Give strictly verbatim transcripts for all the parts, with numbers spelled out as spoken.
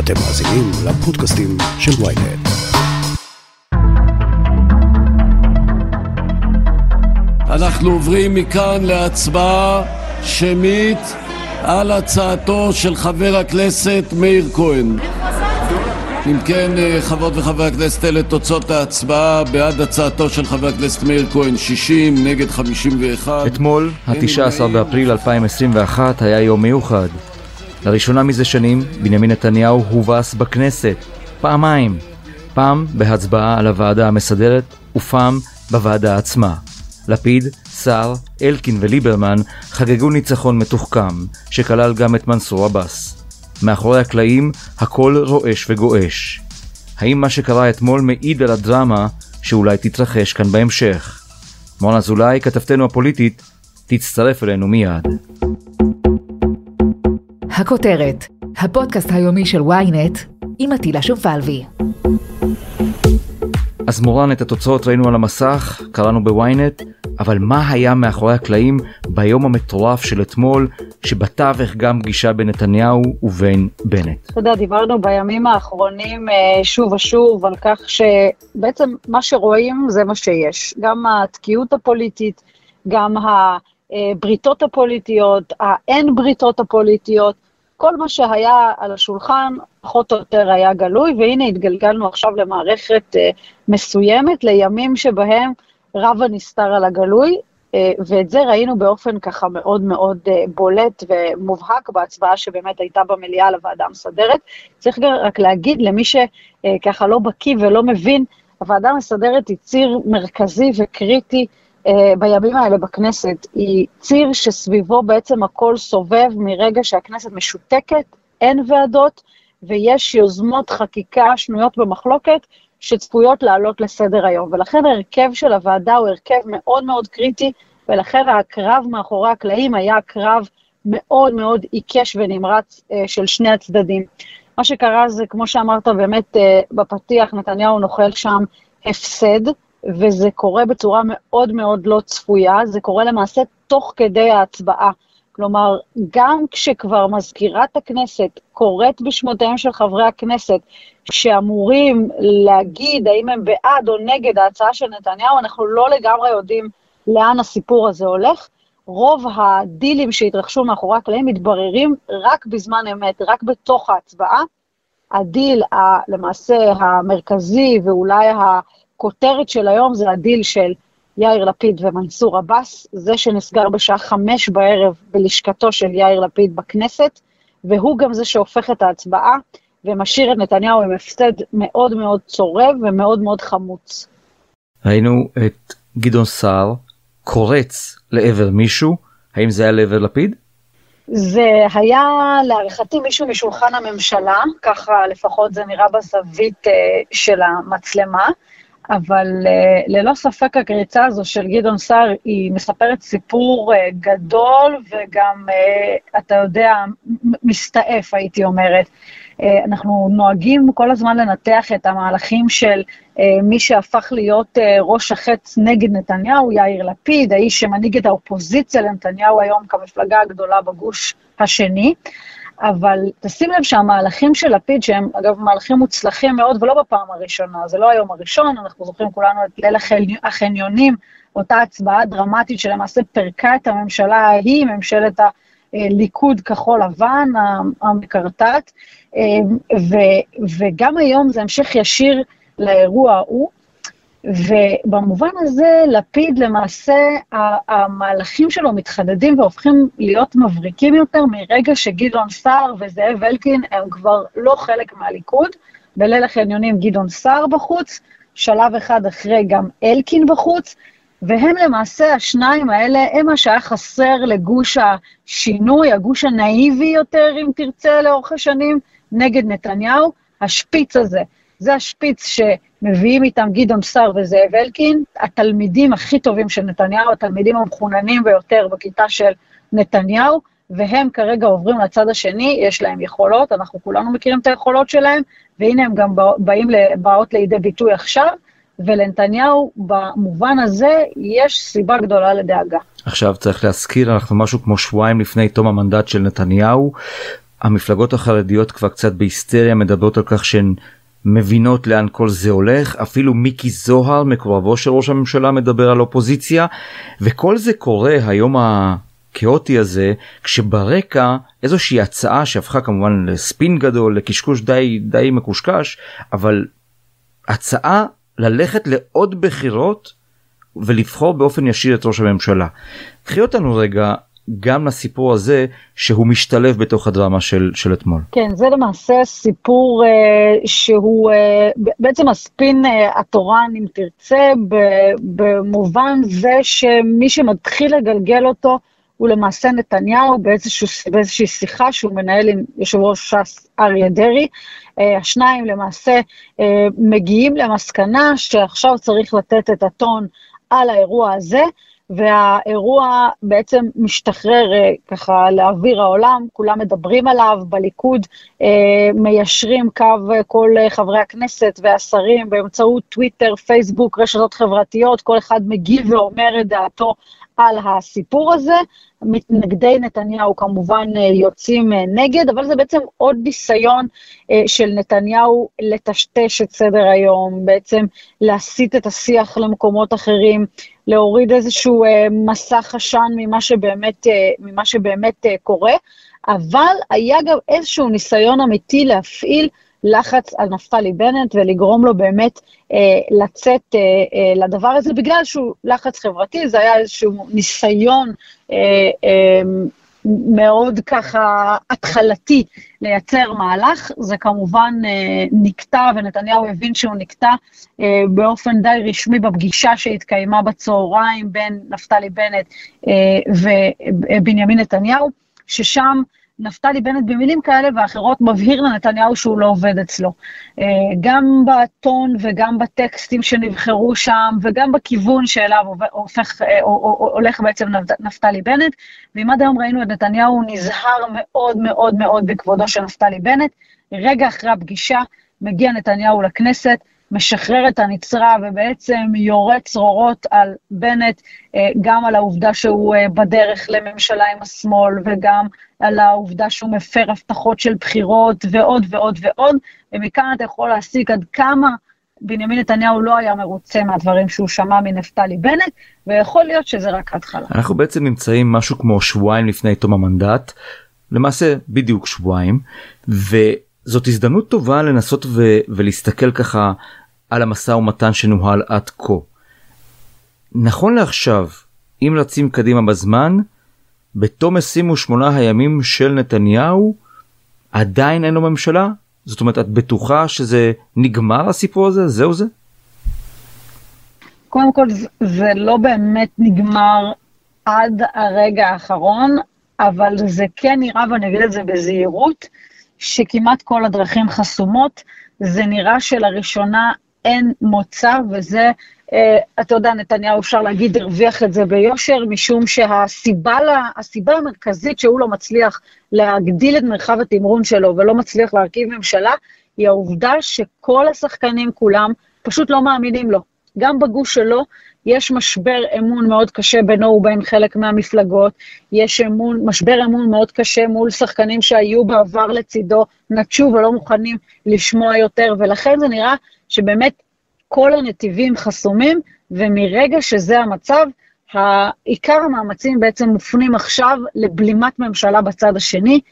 אתם מאזינים לפודקאסטים של וויינט. אנחנו עוברים מכאן להצבעה שמית על הצעתו של חבר הכנסת מאיר כהן. אם כן, חברות וחברי הכנסת, אלה תוצאות ההצבעה. בעד הצעתו של חבר הכנסת מאיר כהן שישים, נגד חמישים ואחת. אתמול, ה-תשעה עשר באפריל אלפיים עשרים ואחת, היה יום מיוחד. לראשונה מזה שנים, בנימין נתניהו הובס בכנסת, פעמיים. פעם בהצבעה על הוועדה המסדרת, ופעם בוועדה עצמה. לפיד, סער, אלקין וליברמן חגגו ניצחון מתוחכם, שכלל גם את מנסור עבאס. מאחורי הקלעים, הכל רועש וגועש. האם מה שקרה אתמול מעיד על הדרמה שאולי תתרחש כאן בהמשך? מורן אזולאי, כתבתנו הפוליטית, תצטרף אלינו מיד. הכותרת, הפודקאסט היומי של וויינט, עם עטילה שומפלבי. אז מורן, את התוצאות ראינו על המסך, קראנו בוויינט, אבל מה היה מאחורי הקלעים ביום המטורף של אתמול, שבתווך גם פגישה בין נתניהו ובין בנט? אתה יודע, דיברנו בימים האחרונים שוב ושוב על כך שבעצם מה שרואים זה מה שיש. גם התקיעות הפוליטית, גם הבריתות הפוליטיות, האין בריתות הפוליטיות, כל מה שהיה על השולחן, פחות או יותר היה גלוי, והנה התגלגלנו עכשיו למערכת מסוימת, לימים שבהם רב הנסתר על הגלוי, ואת זה ראינו באופן ככה מאוד מאוד בולט ומובהק בהצבעה שבאמת הייתה במליאה לוועדה המסדרת. צריך רק להגיד למי שככה לא בקיא ולא מבין, הוועדה המסדרת היא ציר מרכזי וקריטי בימים האלה בכנסת. היא ציר שסביבו בעצם הכל סובב מרגע שהכנסת משותקת, אין ועדות, ויש יוזמות חקיקה שנויות במחלוקת, שצפויות לעלות לסדר היום, ולכן ההרכב של הוועדה הוא הרכב מאוד מאוד קריטי, ולכן הקרב מאחורי הקלעים היה קרב מאוד מאוד עיקש ונמרץ אה, של שני הצדדים. מה שקרה זה, כמו שאמרת באמת אה, בפתיח, נתניהו נוחל שם הפסד, וזה קורה בצורה מאוד מאוד לא צפויה, זה קורה למעשה תוך כדי ההצבעה, כלומר, גם כשכבר מזכירת הכנסת קוראת בשמותיהם של חברי הכנסת, שאמורים להגיד האם הם בעד או נגד ההצעה של נתניהו, אנחנו לא לגמרי יודעים לאן הסיפור הזה הולך. רוב הדילים שהתרחשו מאחורי הקלעים מתבררים רק בזמן אמת, רק בתוך ההצבעה. הדיל למעשה המרכזי ואולי הכותרת של היום זה הדיל של יאיר לפיד ומנסור עבאס, זה שנסגר בשעה חמש בערב בלשכתו של יאיר לפיד בכנסת, והוא גם זה שהופך את ההצבעה, ומשאיר את נתניהו עם הפסד מאוד מאוד צורב ומאוד מאוד חמוץ. ראינו את גדעון סער קורץ לעבר מישהו, האם זה היה לעבר לפיד? זה היה להערכתי מישהו משולחן הממשלה, ככה לפחות זה נראה בזווית של המצלמה, אבל uh, ללא ספק הקריצה הזו של גדעון סער היא מספרת סיפור uh, גדול וגם, uh, אתה יודע, מסתעף הייתי אומרת. Uh, אנחנו נוהגים כל הזמן לנתח את המהלכים של uh, מי שהפך להיות uh, ראש החץ נגד נתניהו, יאיר לפיד, האיש שמנהיג את האופוזיציה לנתניהו היום כמפלגה הגדולה בגוש השני, אבל תשים לב שהמהלכים של לפיד, שהם אגב מהלכים מוצלחים מאוד, ולא בפעם הראשונה, זה לא היום הראשון, אנחנו זוכרים כולנו את ליל החניונים, אותה הצבעה דרמטית שלמעשה פרקה את הממשלה ההיא, ממשלת הליכוד כחול לבן, המקרטט, וגם היום זה המשך ישיר לאירוע ההוא, ובמובן הזה לפיד למעשה המהלכים שלו מתחדדים והופכים להיות מבריקים יותר מרגע שגדעון סער וזאב אלקין הם כבר לא חלק מהליכוד. בליל החניונים גדעון סער בחוץ, שלב אחד אחרי גם אלקין בחוץ, והם למעשה השניים האלה הם מה שהיה חסר לגוש השינוי, הגוש הנאיבי יותר אם תרצה לאורך השנים נגד נתניהו. השפיץ הזה, זה השפיץ שמביאים איתם גדעון סער וזאב אלקין, התלמידים הכי טובים של נתניהו, התלמידים המחוננים ביותר בכיתה של נתניהו, והם כרגע עוברים לצד השני, יש להם יכולות, אנחנו כולנו מכירים את היכולות שלהם, והנה הם גם באים באות לידי ביטוי עכשיו, ולנתניהו במובן הזה יש סיבה גדולה לדאגה. עכשיו צריך להזכיר, אנחנו משהו כמו שבועיים לפני תום המנדט של נתניהו, המפלגות החרדיות כבר קצת בהיסטריה מדברות על כך שהן מבינות לאן כל זה הולך, אפילו מיקי זוהר, מקורבו של ראש הממשלה, מדבר על אופוזיציה, וכל זה קורה היום הכאוטי הזה, כשברקע איזושהי הצעה שהפכה כמובן לספין גדול, לקשקוש די, די מקושקש, אבל הצעה ללכת לעוד בחירות ולבחור באופן ישיר את ראש הממשלה. קחי אותנו רגע גם לסיפור הזה שהוא משתלב בתוך הדרמה של, של אתמול. כן, זה למעשה סיפור uh, שהוא uh, בעצם הספין uh, התורן, אם תרצה, במובן זה שמי שמתחיל לגלגל אותו הוא למעשה נתניהו באיזשהו, באיזושהי שיחה שהוא מנהל עם יושב ראש ש"ס אריה דרעי. Uh, השניים למעשה uh, מגיעים למסקנה שעכשיו צריך לתת את הטון על האירוע הזה, והאירוע בעצם משתחרר ככה לאוויר העולם, כולם מדברים עליו, בליכוד מיישרים קו כל חברי הכנסת והשרים באמצעות טוויטר, פייסבוק, רשתות חברתיות, כל אחד מגיב ואומר את דעתו על הסיפור הזה. מתנגדי נתניהו כמובן יוצאים נגד, אבל זה בעצם עוד ניסיון של נתניהו לטשטש את סדר היום, בעצם להסיט את השיח למקומות אחרים, להוריד איזשהו מסך עשן ממה שבאמת, ממה שבאמת קורה, אבל היה גם איזשהו ניסיון אמיתי להפעיל לחץ על נפתלי בנט ולגרום לו באמת אה, לצאת אה, אה, לדבר הזה, בגלל שהוא לחץ חברתי, זה היה איזשהו ניסיון אה, אה, מאוד ככה התחלתי לייצר מהלך, זה כמובן אה, נקטע, ונתניהו הבין שהוא נקטע אה, באופן די רשמי בפגישה שהתקיימה בצהריים בין נפתלי בנט אה, ובנימין נתניהו, ששם נפתלי בנט במילים כאלה ואחרות מבהיר לנתניהו שהוא לא עובד אצלו. גם בטון וגם בטקסטים שנבחרו שם, וגם בכיוון שאליו הופך, הולך בעצם נפתלי בנט, ועם עד היום ראינו את נתניהו נזהר מאוד מאוד מאוד בכבודו של נפתלי בנט. רגע אחרי הפגישה מגיע נתניהו לכנסת, משחרר את הנצרה ובעצם יורה צרורות על בנט, גם על העובדה שהוא בדרך לממשלה עם השמאל, וגם על העובדה שהוא מפר הבטחות של בחירות, ועוד ועוד ועוד, ומכאן אתה יכול להסיק עד כמה בנימין נתניהו לא היה מרוצה מהדברים שהוא שמע מנפתלי בנט, ויכול להיות שזה רק התחלה. אנחנו בעצם נמצאים משהו כמו שבועיים לפני תום המנדט, למעשה בדיוק שבועיים, וזאת הזדמנות טובה לנסות ו- ולהסתכל ככה על המשא ומתן שנוהל עד כה. נכון לעכשיו, אם רצים קדימה בזמן, בתום עשרים ושמונה הימים של נתניהו, עדיין אין לו ממשלה? זאת אומרת, את בטוחה שזה נגמר הסיפור הזה? זהו זה? קודם כל, זה לא באמת נגמר עד הרגע האחרון, אבל זה כן נראה, ואני אגיד את זה בזהירות, שכמעט כל הדרכים חסומות, זה נראה שלראשונה אין מוצא, וזה, אה, אתה יודע, נתניהו אפשר להגיד, הרוויח את זה ביושר, משום שהסיבה לה, הסיבה המרכזית שהוא לא מצליח להגדיל את מרחב התמרון שלו, ולא מצליח להרכיב ממשלה, היא העובדה שכל השחקנים כולם פשוט לא מאמינים לו. גם בגוש שלו יש משבר אמון מאוד קשה בינו ובין חלק מהמפלגות, יש אמון, משבר אמון מאוד קשה מול שחקנים שהיו בעבר לצידו, נטשו ולא מוכנים לשמוע יותר, ולכן זה נראה שבאמת כל הנתיבים חסומים, ומרגע שזה המצב, העיקר המאמצים בעצם מופנים עכשיו לבלימת ממשלה בצד השני,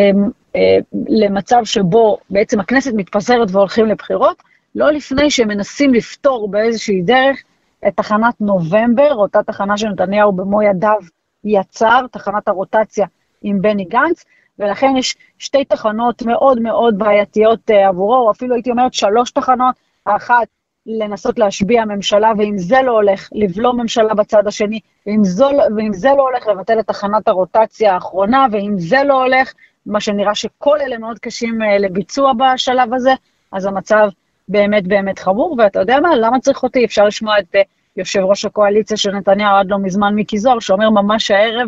למצב שבו בעצם הכנסת מתפזרת והולכים לבחירות, לא לפני שמנסים לפתור באיזושהי דרך את תחנת נובמבר, אותה תחנה שנתניהו במו ידיו יצר, תחנת הרוטציה עם בני גנץ, ולכן יש שתי תחנות מאוד מאוד בעייתיות עבורו, או אפילו הייתי אומרת שלוש תחנות, האחת לנסות להשביע ממשלה, ואם זה לא הולך, לבלום ממשלה בצד השני, ואם, זו, ואם זה לא הולך, לבטל את תחנת הרוטציה האחרונה, ואם זה לא הולך, מה שנראה שכל אלה מאוד קשים לביצוע בשלב הזה, אז המצב באמת באמת חמור, ואתה יודע מה, למה צריך אותי? אפשר לשמוע את יושב ראש הקואליציה של נתניהו עד לא מזמן מיקי זוהר, שאומר ממש הערב,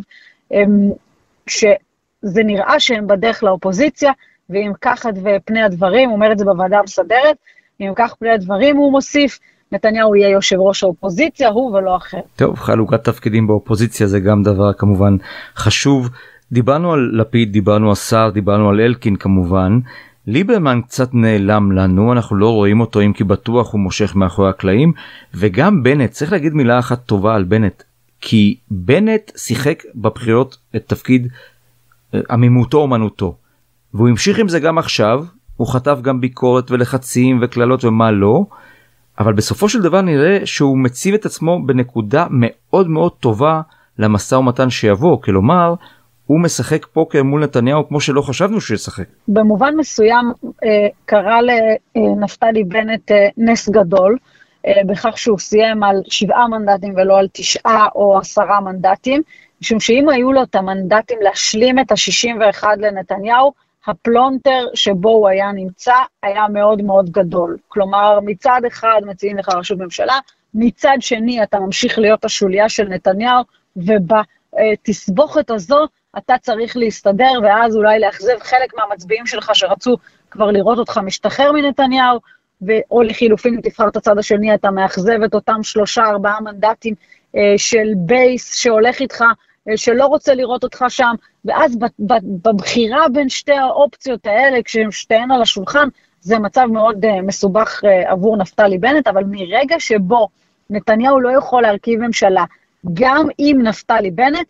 שזה נראה שהם בדרך לאופוזיציה, ואם ככה ופני הדברים, הוא אומר את זה בוועדה המסדרת, אם כך פני הדברים הוא מוסיף, נתניהו יהיה יושב ראש האופוזיציה, הוא ולא אחר. טוב, חלוקת תפקידים באופוזיציה זה גם דבר כמובן חשוב. דיברנו על לפיד, דיברנו על שר, דיברנו על אלקין כמובן. ליברמן קצת נעלם לנו, אנחנו לא רואים אותו, אם כי בטוח הוא מושך מאחורי הקלעים, וגם בנט, צריך להגיד מילה אחת טובה על בנט, כי בנט שיחק בבחירות את תפקיד עמימותו אומנותו, והוא המשיך עם זה גם עכשיו, הוא חטף גם ביקורת ולחצים וכללות ומה לא, אבל בסופו של דבר נראה שהוא מציב את עצמו בנקודה מאוד מאוד טובה למשא ומתן שיבוא, כלומר, הוא משחק פוקר מול נתניהו כמו שלא חשבנו שהוא ישחק. במובן מסוים קרא לנפתלי בנט נס גדול, בכך שהוא סיים על שבעה מנדטים ולא על תשעה או עשרה מנדטים, משום שאם היו לו את המנדטים להשלים את ה-שישים ואחת לנתניהו, הפלונטר שבו הוא היה נמצא היה מאוד מאוד גדול. כלומר, מצד אחד מציעים לך ראשות ממשלה, מצד שני אתה ממשיך להיות השוליה של נתניהו, ובתסבוכת הזו אתה צריך להסתדר, ואז אולי לאכזב חלק מהמצביעים שלך שרצו כבר לראות אותך משתחרר מנתניהו, או לחילופין, אם תבחר את הצד השני, אתה מאכזב את אותם שלושה, ארבעה מנדטים אה, של בייס שהולך איתך, אה, שלא רוצה לראות אותך שם, ואז בבחירה בין שתי האופציות האלה, כשהן שתיהן על השולחן, זה מצב מאוד אה, מסובך אה, עבור נפתלי בנט, אבל מרגע שבו נתניהו לא יכול להרכיב ממשלה, גם עם נפתלי בנט,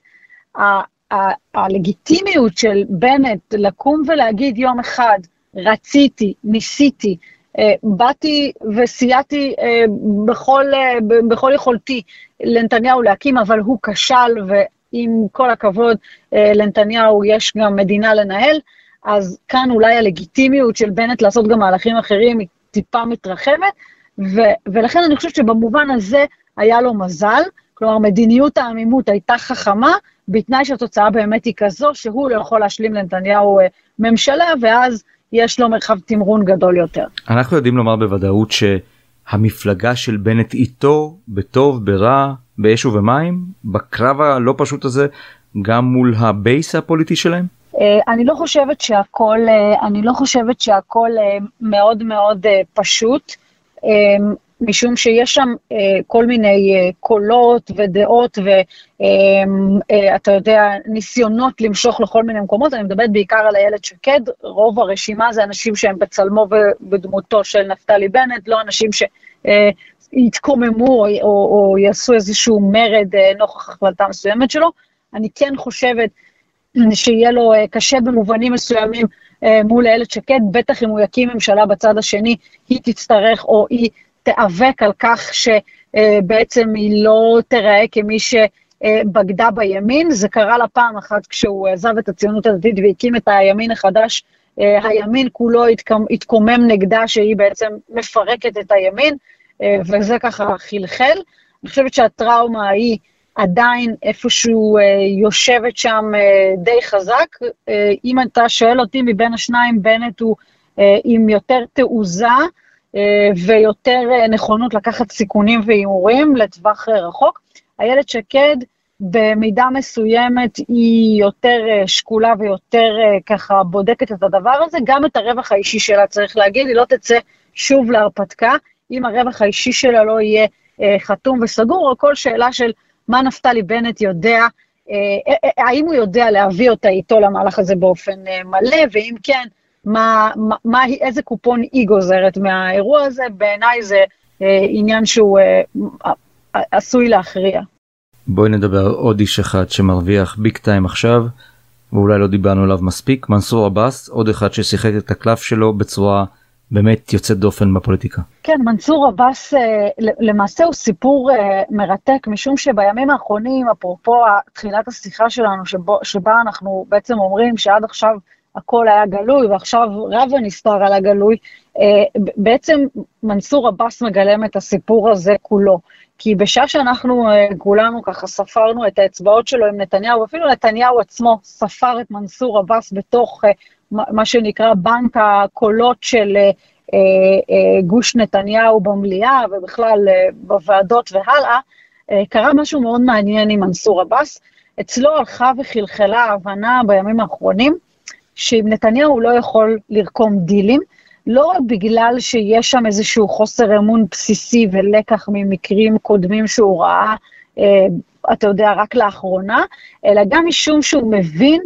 הלגיטימיות של בנט לקום ולהגיד יום אחד, רציתי, ניסיתי, באתי וסייעתי בכל, בכל יכולתי לנתניהו להקים, אבל הוא כשל, ועם כל הכבוד לנתניהו יש גם מדינה לנהל, אז כאן אולי הלגיטימיות של בנט לעשות גם מהלכים אחרים היא טיפה מתרחבת, ו- ולכן אני חושבת שבמובן הזה היה לו מזל, כלומר מדיניות העמימות הייתה חכמה, בתנאי שהתוצאה באמת היא כזו, שהוא לא יכול להשלים לנתניהו ממשלה, ואז יש לו מרחב תמרון גדול יותר. אנחנו יודעים לומר בוודאות שהמפלגה של בנט איתו, בטוב, ברע, באש ובמים, בקרב הלא פשוט הזה, גם מול הבייס הפוליטי שלהם? אני לא חושבת שהכל, אני לא חושבת שהכל מאוד מאוד פשוט, משום שיש שם אה, כל מיני אה, קולות ודעות, ואתה אה, יודע, ניסיונות למשוך לכל מיני מקומות. אני מדברת בעיקר על איילת שקד, רוב הרשימה זה אנשים שהם בצלמו ובדמותו של נפתלי בנט, לא אנשים שיתקוממו או, או, או יעשו איזשהו מרד אה, נוכח החלטה מסוימת שלו. אני כן חושבת שיהיה לו אה, קשה במובנים מסוימים אה, מול איילת שקד, בטח אם הוא יקים ממשלה בצד השני, היא תצטרך או היא תיאבק על כך שבעצם היא לא תראה כמי שבגדה בימין. זה קרה לה פעם אחת כשהוא עזב את הציונות הדתית והקים את הימין החדש, הימין כולו התקומם נגדה שהיא בעצם מפרקת את הימין, וזה ככה חלחל. אני חושבת שהטראומה היא עדיין איפשהו יושבת שם די חזק. אם אתה שואל אותי מבין השניים, בנט הוא עם יותר תעוזה, ויותר נכונות לקחת סיכונים ואימורים לטווח רחוק. איילת שקד במידה מסוימת היא יותר שקולה ויותר ככה בודקת את הדבר הזה, גם את הרווח האישי שלה צריך להגיד, היא לא תצא שוב להרפתקה, אם הרווח האישי שלה לא יהיה חתום וסגור, או כל שאלה של מה נפתלי בנט יודע, האם הוא יודע להביא אותה איתו למהלך הזה באופן מלא, ואם כן, מה, מה, מה, איזה קופון היא גוזרת מהאירוע הזה. בעיניי זה אה, עניין שהוא אה, עשוי להכריע. בואי נדבר עוד איש אחד שמרוויח ביג טיים עכשיו, ואולי לא דיברנו עליו מספיק, מנסור עבאס, עוד אחד ששיחק את הקלף שלו בצורה באמת יוצאת דופן בפוליטיקה. כן, מנסור עבאס אה, למעשה הוא סיפור אה, מרתק, משום שבימים האחרונים, אפרופו תחילת השיחה שלנו, שבו, שבה אנחנו בעצם אומרים שעד עכשיו הכל היה גלוי, ועכשיו רב הנסתר על הגלוי, בעצם מנסור עבאס מגלם את הסיפור הזה כולו, כי בשעה שאנחנו כולנו ככה ספרנו את האצבעות שלו עם נתניהו, ואפילו נתניהו עצמו ספר את מנסור עבאס בתוך מה שנקרא בנק הקולות של גוש נתניהו במליאה, ובכלל בוועדות והלאה, קרה משהו מאוד מעניין עם מנסור עבאס. אצלו הלכה וחלחלה ההבנה בימים האחרונים, שאם נתניהו לא יכול לרקום דילים, לא רק בגלל שיש שם איזשהו חוסר אמון בסיסי ולקח ממקרים קודמים שהוא ראה, אה, אתה יודע, רק לאחרונה, אלא גם משום שהוא מבין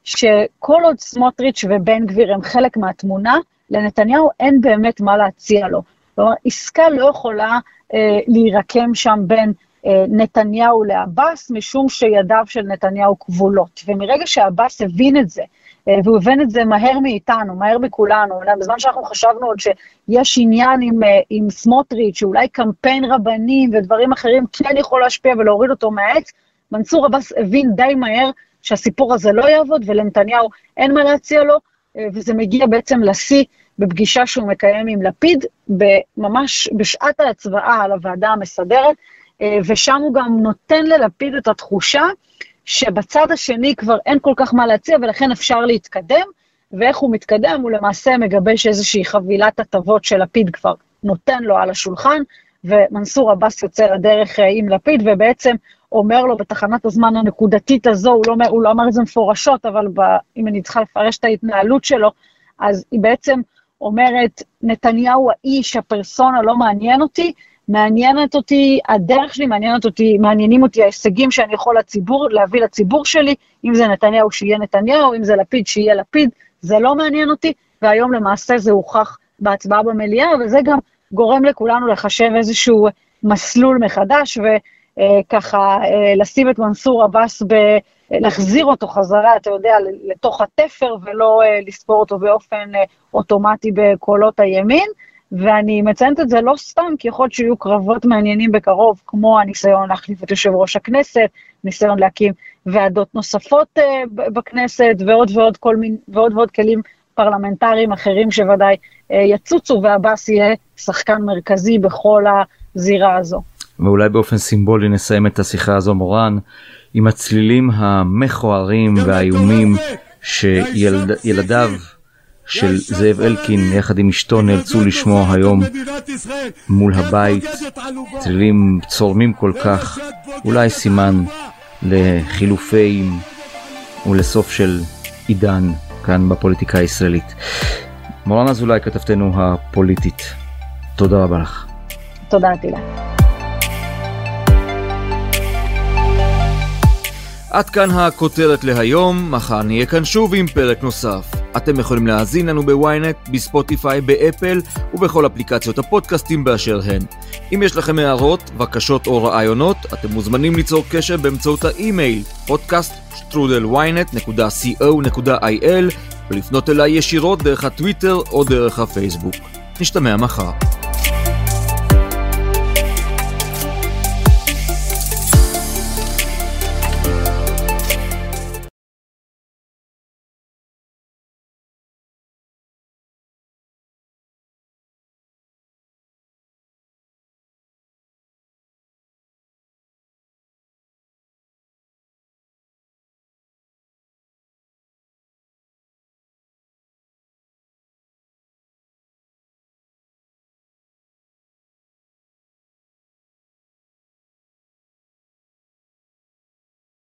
שכל עוד סמוטריץ' ובן גביר הם חלק מהתמונה, לנתניהו אין באמת מה להציע לו. כלומר, עסקה לא יכולה אה, להירקם שם בין אה, נתניהו לאבס, משום שידיו של נתניהו כבולות. ומרגע שאבס הבין את זה, אה, והוא הבין את זה מהר מאיתנו, מהר מכולנו, בזמן שאנחנו חשבנו עוד שיש עניין עם, אה, עם סמוטריץ', שאולי קמפיין רבנים ודברים אחרים כן יכול להשפיע ולהוריד אותו מהעץ, מנסור עבאס הבין די מהר שהסיפור הזה לא יעבוד, ולנתניהו אין מה להציע לו, אה, וזה מגיע בעצם לשיא, בפגישה שהוא מקיים עם לפיד, ממש בשעת ההצבעה על הוועדה המסדרת, ושם הוא גם נותן ללפיד את התחושה, שבצד השני כבר אין כל כך מה להציע, ולכן אפשר להתקדם, ואיך הוא מתקדם, הוא למעשה מגבש איזושהי חבילת הטבות שלפיד כבר נותן לו על השולחן, ומנסור עבאס יוצא לדרך עם לפיד, ובעצם אומר לו בתחנת הזמן הנקודתית הזו, הוא לא, הוא לא אמר את זה מפורשות, אבל ב, אם אני צריכה לפרש את ההתנהלות שלו, אז היא בעצם אומרת, נתניהו האיש, הפרסונה לא מעניין אותי, מעניינת אותי, הדרך שלי מעניינת אותי, מעניינים אותי ההישגים שאני יכול לציבור, להביא לציבור שלי, אם זה נתניהו שיהיה נתניהו, אם זה לפיד שיהיה לפיד, זה לא מעניין אותי, והיום למעשה זה הוכח בהצבעה במליאה, וזה גם גורם לכולנו לחשב איזשהו מסלול מחדש, וככה לשים את מנסור עבאס ב... להחזיר אותו חזרה, אתה יודע, לתוך התפר, ולא לספור אותו באופן אוטומטי בקולות הימין, ואני מציינת את זה לא סתם, כי יכול להיות שיהיו קרבות מעניינים בקרוב, כמו הניסיון להחליף את יושב ראש הכנסת, ניסיון להקים ועדות נוספות בכנסת, ועוד ועוד, כל מין, ועוד ועוד כלים פרלמנטריים אחרים שוודאי יצוצו, והבאס יהיה שחקן מרכזי בכל הזירה הזו. ואולי באופן סימבולי נסיים את השיחה הזו, מורן, עם הצלילים המכוערים והאיומים שילדיו של זאב אלקין יחד עם אשתו נאלצו לשמוע היום מול הבית, צלילים צורמים כל כך, אולי סימן לחילופים ולסוף של עידן כאן בפוליטיקה הישראלית. מורן אזולאי, כתבתנו הפוליטית, תודה רבה לך. תודה עטילה. עד כאן הכותרת להיום, מחר נהיה כאן שוב עם פרק נוסף. אתם יכולים להאזין לנו בוויינט, בספוטיפיי, באפל ובכל אפליקציות הפודקאסטים באשר הן. אם יש לכם הערות, בקשות או רעיונות, אתם מוזמנים ליצור קשר באמצעות האימייל פודקאסט שטרודל וויינט נקודה קו נקודה איי אל ולפנות אליי ישירות דרך הטוויטר או דרך הפייסבוק. נשתמע מחר.